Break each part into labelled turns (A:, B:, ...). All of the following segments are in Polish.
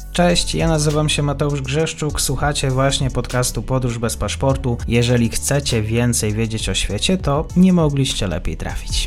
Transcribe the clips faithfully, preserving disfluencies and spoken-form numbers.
A: Cześć, ja nazywam się Mateusz Grzeszczuk, słuchacie właśnie podcastu Podróż bez paszportu. Jeżeli chcecie więcej wiedzieć o świecie, to nie mogliście lepiej trafić.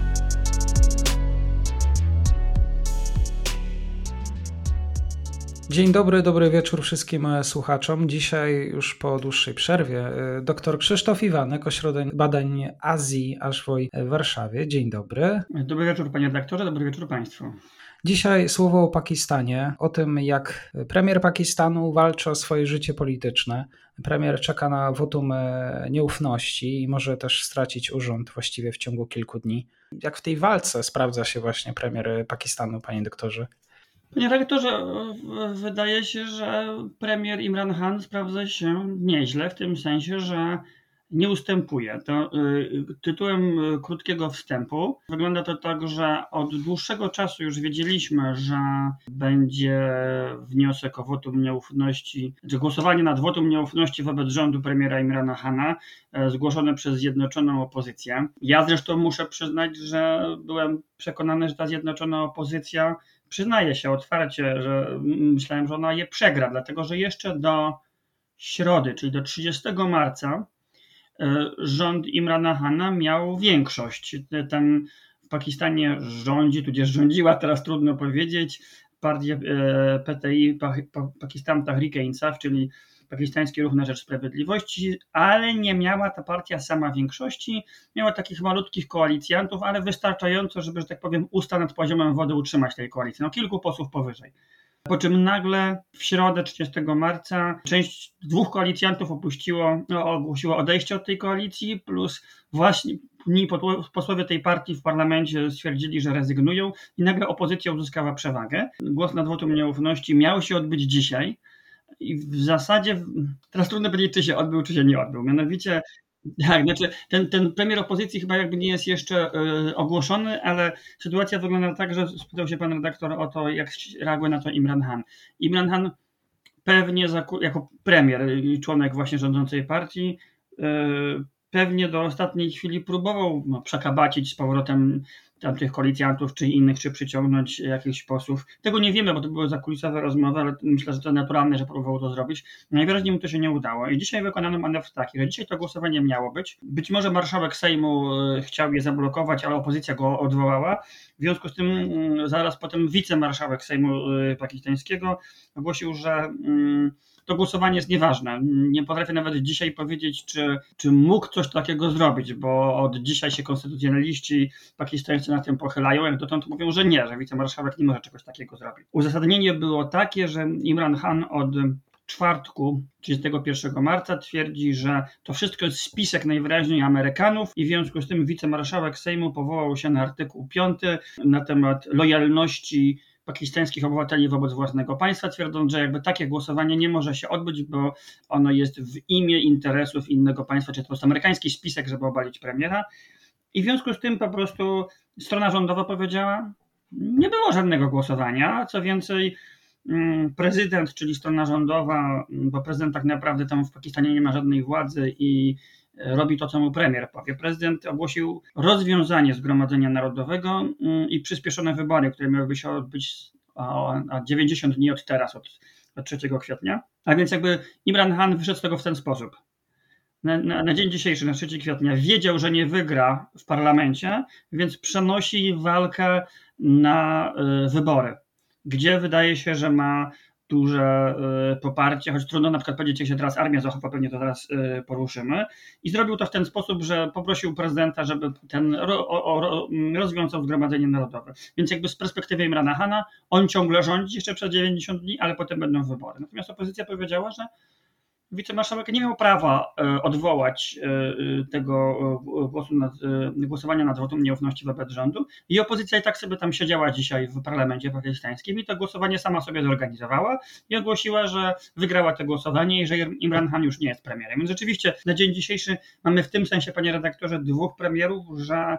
A: Dzień dobry, dobry wieczór wszystkim słuchaczom. Dzisiaj już po dłuższej przerwie dr Krzysztof Iwanek, Ośrodek Badań Azji Ashwoi w Warszawie. Dzień dobry.
B: Dobry wieczór panie redaktorze, dobry wieczór państwu.
A: Dzisiaj słowo o Pakistanie, o tym jak premier Pakistanu walczy o swoje życie polityczne. Premier czeka na wotum nieufności i może też stracić urząd właściwie w ciągu kilku dni. Jak w tej walce sprawdza się właśnie premier Pakistanu, panie doktorze?
B: Panie redaktorze, wydaje się, że premier Imran Khan sprawdza się nieźle, w tym sensie, że nie ustępuje. To tytułem krótkiego wstępu wygląda to tak, że od dłuższego czasu już wiedzieliśmy, że będzie wniosek o wotum nieufności, czy głosowanie nad wotum nieufności wobec rządu premiera Imrana Khana zgłoszone przez zjednoczoną opozycję. Ja zresztą muszę przyznać, że byłem przekonany, że ta zjednoczona opozycja przyznaje się otwarcie, że myślałem, że ona je przegra, dlatego że jeszcze do środy, czyli do trzydziestego marca rząd Imrana Khana miał większość. Tam w Pakistanie rządzi, tudzież rządziła, teraz trudno powiedzieć, partia P T I, Pakistan Tehreek-e-Insaf, czyli Pakistański Ruch na Rzecz Sprawiedliwości, ale nie miała ta partia sama większości, miała takich malutkich koalicjantów, ale wystarczająco, żeby, że tak powiem, usta nad poziomem wody utrzymać tej koalicji. No kilku posłów powyżej. Po czym nagle w środę trzydziestego marca część dwóch koalicjantów opuściło, no, ogłosiło odejście od tej koalicji, plus właśnie posłowie tej partii w parlamencie stwierdzili, że rezygnują i nagle opozycja uzyskała przewagę. Głos nad wotum nieufności miał się odbyć dzisiaj i w zasadzie, teraz trudno powiedzieć, czy się odbył, czy się nie odbył. Mianowicie tak, znaczy ten, ten premier opozycji chyba jakby nie jest jeszcze y, ogłoszony, ale sytuacja wygląda tak, że spytał się pan redaktor o to, jak reaguje na to Imran Khan. Imran Khan pewnie za, jako premier i członek właśnie rządzącej partii y, pewnie do ostatniej chwili próbował no, przekabacić z powrotem tamtych koalicjantów, czy innych, czy przyciągnąć jakichś posłów. Tego nie wiemy, bo to były zakulisowe rozmowy, ale myślę, że to naturalne, że próbował to zrobić. Najwyraźniej mu to się nie udało. I dzisiaj wykonano manewr taki, że dzisiaj to głosowanie miało być. Być może marszałek Sejmu chciał je zablokować, ale opozycja go odwołała. W związku z tym zaraz potem wicemarszałek Sejmu pakistańskiego ogłosił, że to głosowanie jest nieważne. Nie potrafię nawet dzisiaj powiedzieć, czy, czy mógł coś takiego zrobić, bo od dzisiaj się konstytucjonaliści pakistańscy na tym pochylają, jak dotąd mówią, że nie, że wicemarszałek nie może czegoś takiego zrobić. Uzasadnienie było takie, że Imran Khan od czwartku, trzydziestego pierwszego marca twierdzi, że to wszystko jest spisek najwyraźniej Amerykanów i w związku z tym wicemarszałek Sejmu powołał się na artykuł piąty na temat lojalności pakistańskich obywateli wobec własnego państwa, twierdząc, że jakby takie głosowanie nie może się odbyć, bo ono jest w imię interesów innego państwa, czy to jest amerykański spisek, żeby obalić premiera. I w związku z tym po prostu strona rządowa powiedziała, nie było żadnego głosowania, co więcej prezydent, czyli strona rządowa, bo prezydent tak naprawdę tam w Pakistanie nie ma żadnej władzy i robi to, co mu premier powie. Prezydent ogłosił rozwiązanie Zgromadzenia Narodowego i przyspieszone wybory, które miałyby się odbyć a dziewięćdziesiąt dni od teraz, od, od trzeciego kwietnia. A więc jakby Imran Khan wyszedł z tego w ten sposób. Na, na, na dzień dzisiejszy, na trzeciego kwietnia, wiedział, że nie wygra w parlamencie, więc przenosi walkę na y, wybory, gdzie wydaje się, że ma duże y, poparcie, choć trudno na przykład powiedzieć, jak się teraz armia zachowa, pewnie to teraz y, poruszymy. I zrobił to w ten sposób, że poprosił prezydenta, żeby ten ro, o, ro, rozwiązał Zgromadzenie Narodowe. Więc jakby z perspektywy Imrana Khana on ciągle rządzi jeszcze przez dziewięćdziesiąt dni, ale potem będą wybory. Natomiast opozycja powiedziała, że wicemarszałek nie miał prawa odwołać tego głosu nad, głosowania nad wotum nieufności wobec rządu i opozycja i tak sobie tam siedziała dzisiaj w parlamencie pakistańskim i to głosowanie sama sobie zorganizowała i ogłosiła, że wygrała to głosowanie i że Imran Khan już nie jest premierem. Więc rzeczywiście na dzień dzisiejszy mamy w tym sensie, panie redaktorze, dwóch premierów, że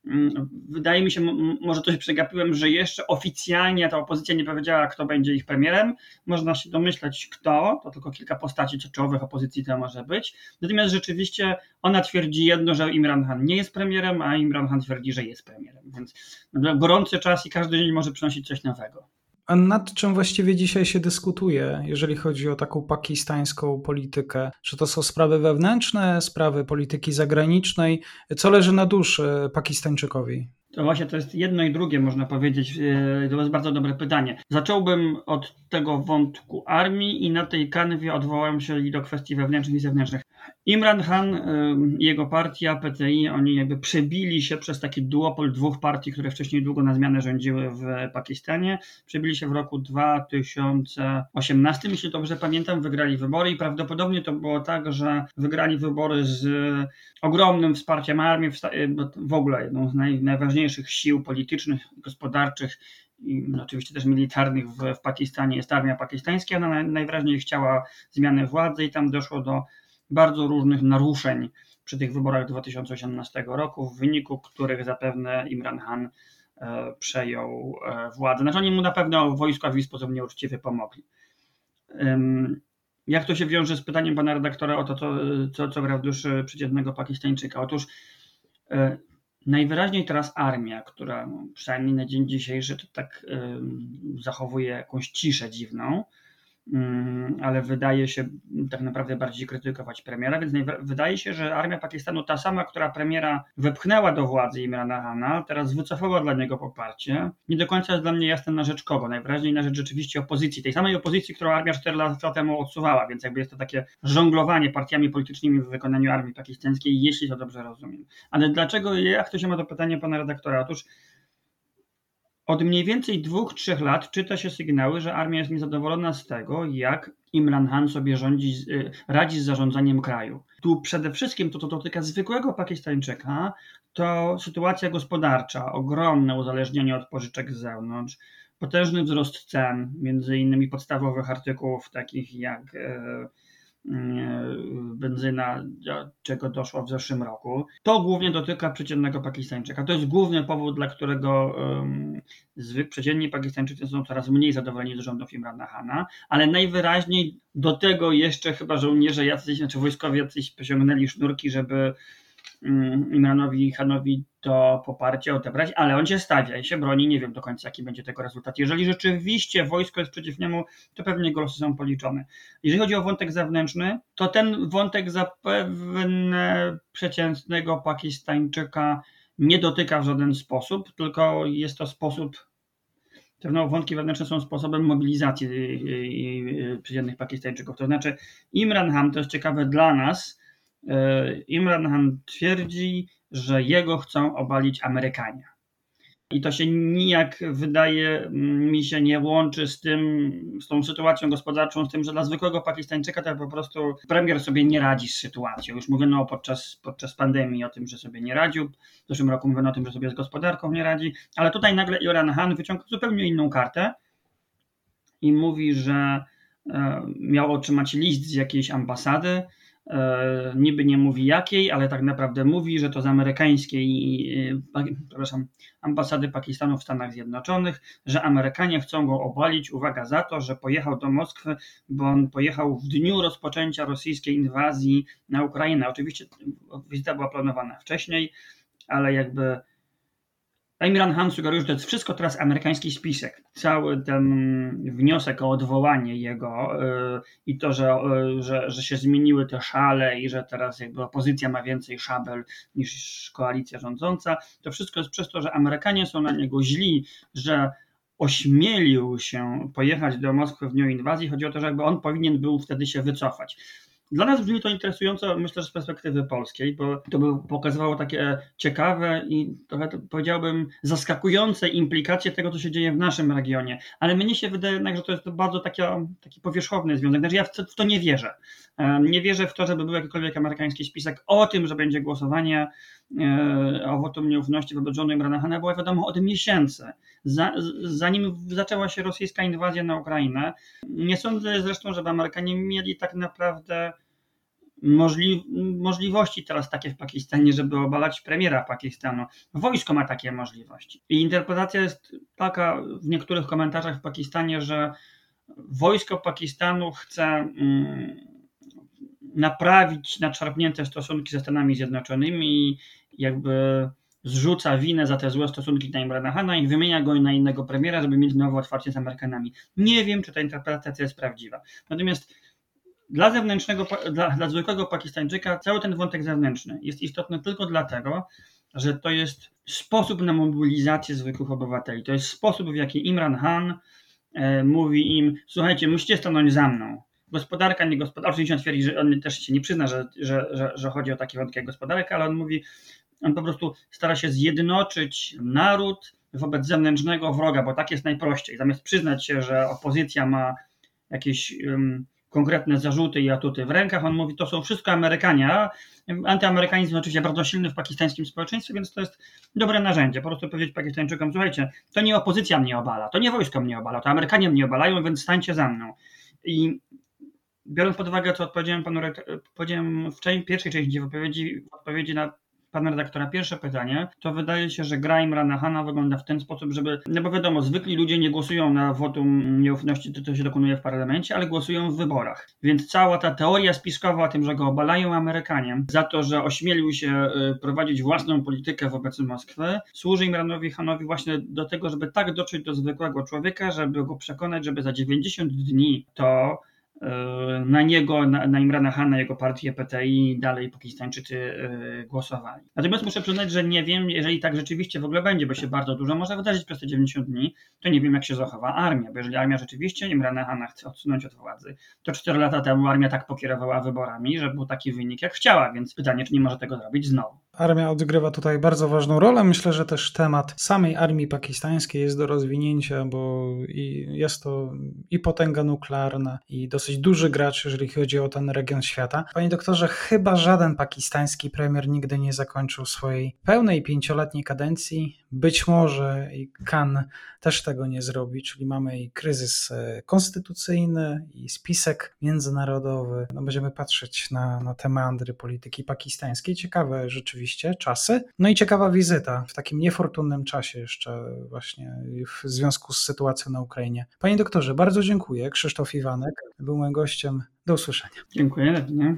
B: wydaje mi się, może coś przegapiłem, że jeszcze oficjalnie ta opozycja nie powiedziała, kto będzie ich premierem. Można się domyśleć kto, to tylko kilka postaci czołowych opozycji to może być. Natomiast rzeczywiście ona twierdzi jedno, że Imran Khan nie jest premierem, a Imran Khan twierdzi, że jest premierem. Więc gorący czas i każdy dzień może przynosić coś nowego.
A: A nad czym właściwie dzisiaj się dyskutuje, jeżeli chodzi o taką pakistańską politykę? Czy to są sprawy wewnętrzne, sprawy polityki zagranicznej? Co leży na duszy Pakistańczykowi?
B: To właśnie to jest jedno i drugie, można powiedzieć. To jest bardzo dobre pytanie. Zacząłbym od tego wątku armii i na tej kanwie odwołam się i do kwestii wewnętrznych i zewnętrznych. Imran Khan i jego partia P T I, oni jakby przebili się przez taki duopol dwóch partii, które wcześniej długo na zmianę rządziły w Pakistanie. Przebili się w roku dwa tysiące osiemnastym, jeśli dobrze pamiętam, wygrali wybory i prawdopodobnie to było tak, że wygrali wybory z ogromnym wsparciem armii, w ogóle jedną z naj, najważniejszych sił politycznych, gospodarczych i oczywiście też militarnych w, w Pakistanie jest armia pakistańska. Ona najwyraźniej chciała zmiany władzy i tam doszło do bardzo różnych naruszeń przy tych wyborach dwa tysiące osiemnastego roku, w wyniku których zapewne Imran Khan e, przejął e, władzę. Znaczy oni mu na pewno wojsko w jakiś sposób nieuczciwie pomogli. Ym, jak to się wiąże z pytaniem pana redaktora o to, co, co, co gra w duszy przeciętnego Pakistańczyka? Otóż e, najwyraźniej teraz armia, która no, przynajmniej na dzień dzisiejszy to tak e, zachowuje jakąś ciszę dziwną, ale wydaje się tak naprawdę bardziej krytykować premiera, więc wydaje się, że armia Pakistanu, ta sama, która premiera wepchnęła do władzy Imrana Khana, teraz wycofała dla niego poparcie. Nie do końca jest dla mnie jasne na rzecz kogo. Najwyraźniej na rzecz rzeczywiście opozycji, tej samej opozycji, którą armia cztery lata temu odsuwała, więc jakby jest to takie żonglowanie partiami politycznymi w wykonaniu armii pakistańskiej, jeśli to dobrze rozumiem. Ale dlaczego, jak to się ma do pytania pana redaktora? Otóż od mniej więcej dwóch, trzech lat czyta się sygnały, że armia jest niezadowolona z tego, jak Imran Khan sobie rządzi, radzi z zarządzaniem kraju. Tu przede wszystkim to, to dotyka zwykłego Pakistańczyka, to sytuacja gospodarcza, ogromne uzależnienie od pożyczek z zewnątrz, potężny wzrost cen, między innymi podstawowych artykułów takich jak benzyna, do czego doszło w zeszłym roku. To głównie dotyka przeciętnego Pakistańczyka. To jest główny powód, dla którego um, zwykli przeciętni Pakistańczycy są coraz mniej zadowoleni z rządów Imrana Khana, ale najwyraźniej do tego jeszcze chyba żołnierze jacyś, znaczy wojskowi jacyś pociągnęli sznurki, żeby um, Imranowi Khanowi to poparcie odebrać, ale on się stawia i się broni. Nie wiem do końca, jaki będzie tego rezultat. Jeżeli rzeczywiście wojsko jest przeciw niemu, to pewnie jego losy są policzone. Jeżeli chodzi o wątek zewnętrzny, to ten wątek zapewne przeciętnego Pakistańczyka nie dotyka w żaden sposób, tylko jest to sposób, pewno wątki wewnętrzne są sposobem mobilizacji przeciętnych Pakistańczyków. To znaczy Imran Khan, to jest ciekawe dla nas, Imran Khan twierdzi, że jego chcą obalić Amerykanie. I to się nijak, wydaje mi się, nie łączy z tym, z tą sytuacją gospodarczą, z tym, że dla zwykłego Pakistańczyka to po prostu premier sobie nie radzi z sytuacją. Już mówiono podczas, podczas pandemii o tym, że sobie nie radził. W zeszłym roku mówiono o tym, że sobie z gospodarką nie radzi. Ale tutaj nagle Imran Khan wyciąga zupełnie inną kartę i mówi, że e, miał otrzymać list z jakiejś ambasady. E, niby nie mówi jakiej, ale tak naprawdę mówi, że to z amerykańskiej e, przepraszam, ambasady Pakistanu w Stanach Zjednoczonych, że Amerykanie chcą go obalić, uwaga, za to, że pojechał do Moskwy, bo on pojechał w dniu rozpoczęcia rosyjskiej inwazji na Ukrainę. Oczywiście wizyta była planowana wcześniej, ale jakby Imran Khan sugeruje, że to jest wszystko teraz amerykański spisek. Cały ten wniosek o odwołanie jego yy, i to, że, yy, że, że się zmieniły te szale i że teraz jakby opozycja ma więcej szabel niż koalicja rządząca, to wszystko jest przez to, że Amerykanie są na niego źli, że ośmielił się pojechać do Moskwy w dniu inwazji. Chodzi o to, że jakby on powinien był wtedy się wycofać. Dla nas brzmi to interesująco, myślę, że z perspektywy polskiej, bo to by pokazywało takie ciekawe i trochę powiedziałbym zaskakujące implikacje tego, co się dzieje w naszym regionie. Ale mnie się wydaje jednak, że to jest bardzo taki, taki powierzchowny związek. Znaczy ja w to, w to nie wierzę. Nie wierzę w to, żeby był jakikolwiek amerykański spisek o tym, że będzie głosowanie o wotum nieufności wobec rządu Imrana Khana, było wiadomo o tym miesięcy. Zanim zaczęła się rosyjska inwazja na Ukrainę. Nie sądzę zresztą, żeby Amerykanie mieli tak naprawdę możli- możliwości teraz takie w Pakistanie, żeby obalać premiera Pakistanu. Wojsko ma takie możliwości. I interpretacja jest taka w niektórych komentarzach w Pakistanie, że wojsko Pakistanu chce mm, naprawić nadszarpnięte stosunki ze Stanami Zjednoczonymi i jakby zrzuca winę za te złe stosunki na Imrana Khana i wymienia go na innego premiera, żeby mieć nowe otwarcie z Amerykanami. Nie wiem, czy ta interpretacja jest prawdziwa. Natomiast dla zewnętrznego, dla, dla zwykłego Pakistańczyka cały ten wątek zewnętrzny jest istotny tylko dlatego, że to jest sposób na mobilizację zwykłych obywateli. To jest sposób, w jaki Imran Khan e, mówi im: słuchajcie, musicie stanąć za mną. Gospodarka, nie gospodarka. Oczywiście on twierdzi, że on też się nie przyzna, że, że, że, że chodzi o takie wątki jak gospodarka, ale on mówi, on po prostu stara się zjednoczyć naród wobec zewnętrznego wroga, bo tak jest najprościej. Zamiast przyznać się, że opozycja ma jakieś um, konkretne zarzuty i atuty w rękach, on mówi, to są wszystko Amerykanie. Antyamerykanizm oczywiście bardzo silny w pakistańskim społeczeństwie, więc to jest dobre narzędzie. Po prostu powiedzieć Pakistańczykom: słuchajcie, to nie opozycja mnie obala, to nie wojsko mnie obala, to Amerykanie mnie obalają, więc stańcie za mną. I biorąc pod uwagę, co odpowiedziałem panu, powiedziałem w pierwszej części wypowiedzi, w odpowiedzi na pana redaktora pierwsze pytanie, to wydaje się, że gra Imrana Khana wygląda w ten sposób, żeby, no bo wiadomo, zwykli ludzie nie głosują na wotum nieufności, to, to się dokonuje w parlamencie, ale głosują w wyborach. Więc cała ta teoria spiskowa o tym, że go obalają Amerykanie za to, że ośmielił się prowadzić własną politykę wobec Moskwy, służy Imranowi Khanowi właśnie do tego, żeby tak dotrzeć do zwykłego człowieka, żeby go przekonać, żeby za dziewięćdziesiąt dni to na niego, na, na Imrana Khana, jego partię P T I dalej Pakistańczycy yy, głosowali. Natomiast muszę przyznać, że nie wiem, jeżeli tak rzeczywiście w ogóle będzie, bo się bardzo dużo może wydarzyć przez te dziewięćdziesiąt dni, to nie wiem, jak się zachowa armia, bo jeżeli armia rzeczywiście Imrana Khana chce odsunąć od władzy, to cztery lata temu armia tak pokierowała wyborami, że był taki wynik, jak chciała, więc pytanie, czy nie może tego zrobić znowu.
A: Armia odgrywa tutaj bardzo ważną rolę. Myślę, że też temat samej armii pakistańskiej jest do rozwinięcia, bo i jest to i potęga nuklearna, i dosyć duży gracz, jeżeli chodzi o ten region świata. Panie doktorze, chyba żaden pakistański premier nigdy nie zakończył swojej pełnej pięcioletniej kadencji. Być może i Khan też tego nie zrobi, czyli mamy i kryzys konstytucyjny, i spisek międzynarodowy. No, będziemy patrzeć na, na te meandry polityki pakistańskiej. Ciekawe rzeczywiście czasy. No i ciekawa wizyta w takim niefortunnym czasie jeszcze właśnie w związku z sytuacją na Ukrainie. Panie doktorze, bardzo dziękuję. Krzysztof Iwanek był moim gościem. Do usłyszenia.
B: Dziękuję. Nie?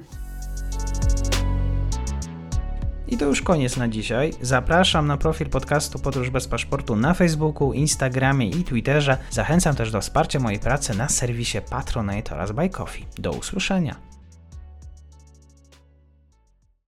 A: I to już koniec na dzisiaj. Zapraszam na profil podcastu Podróż bez paszportu na Facebooku, Instagramie i Twitterze. Zachęcam też do wsparcia mojej pracy na serwisie Patronite oraz Buy Coffee. Do usłyszenia.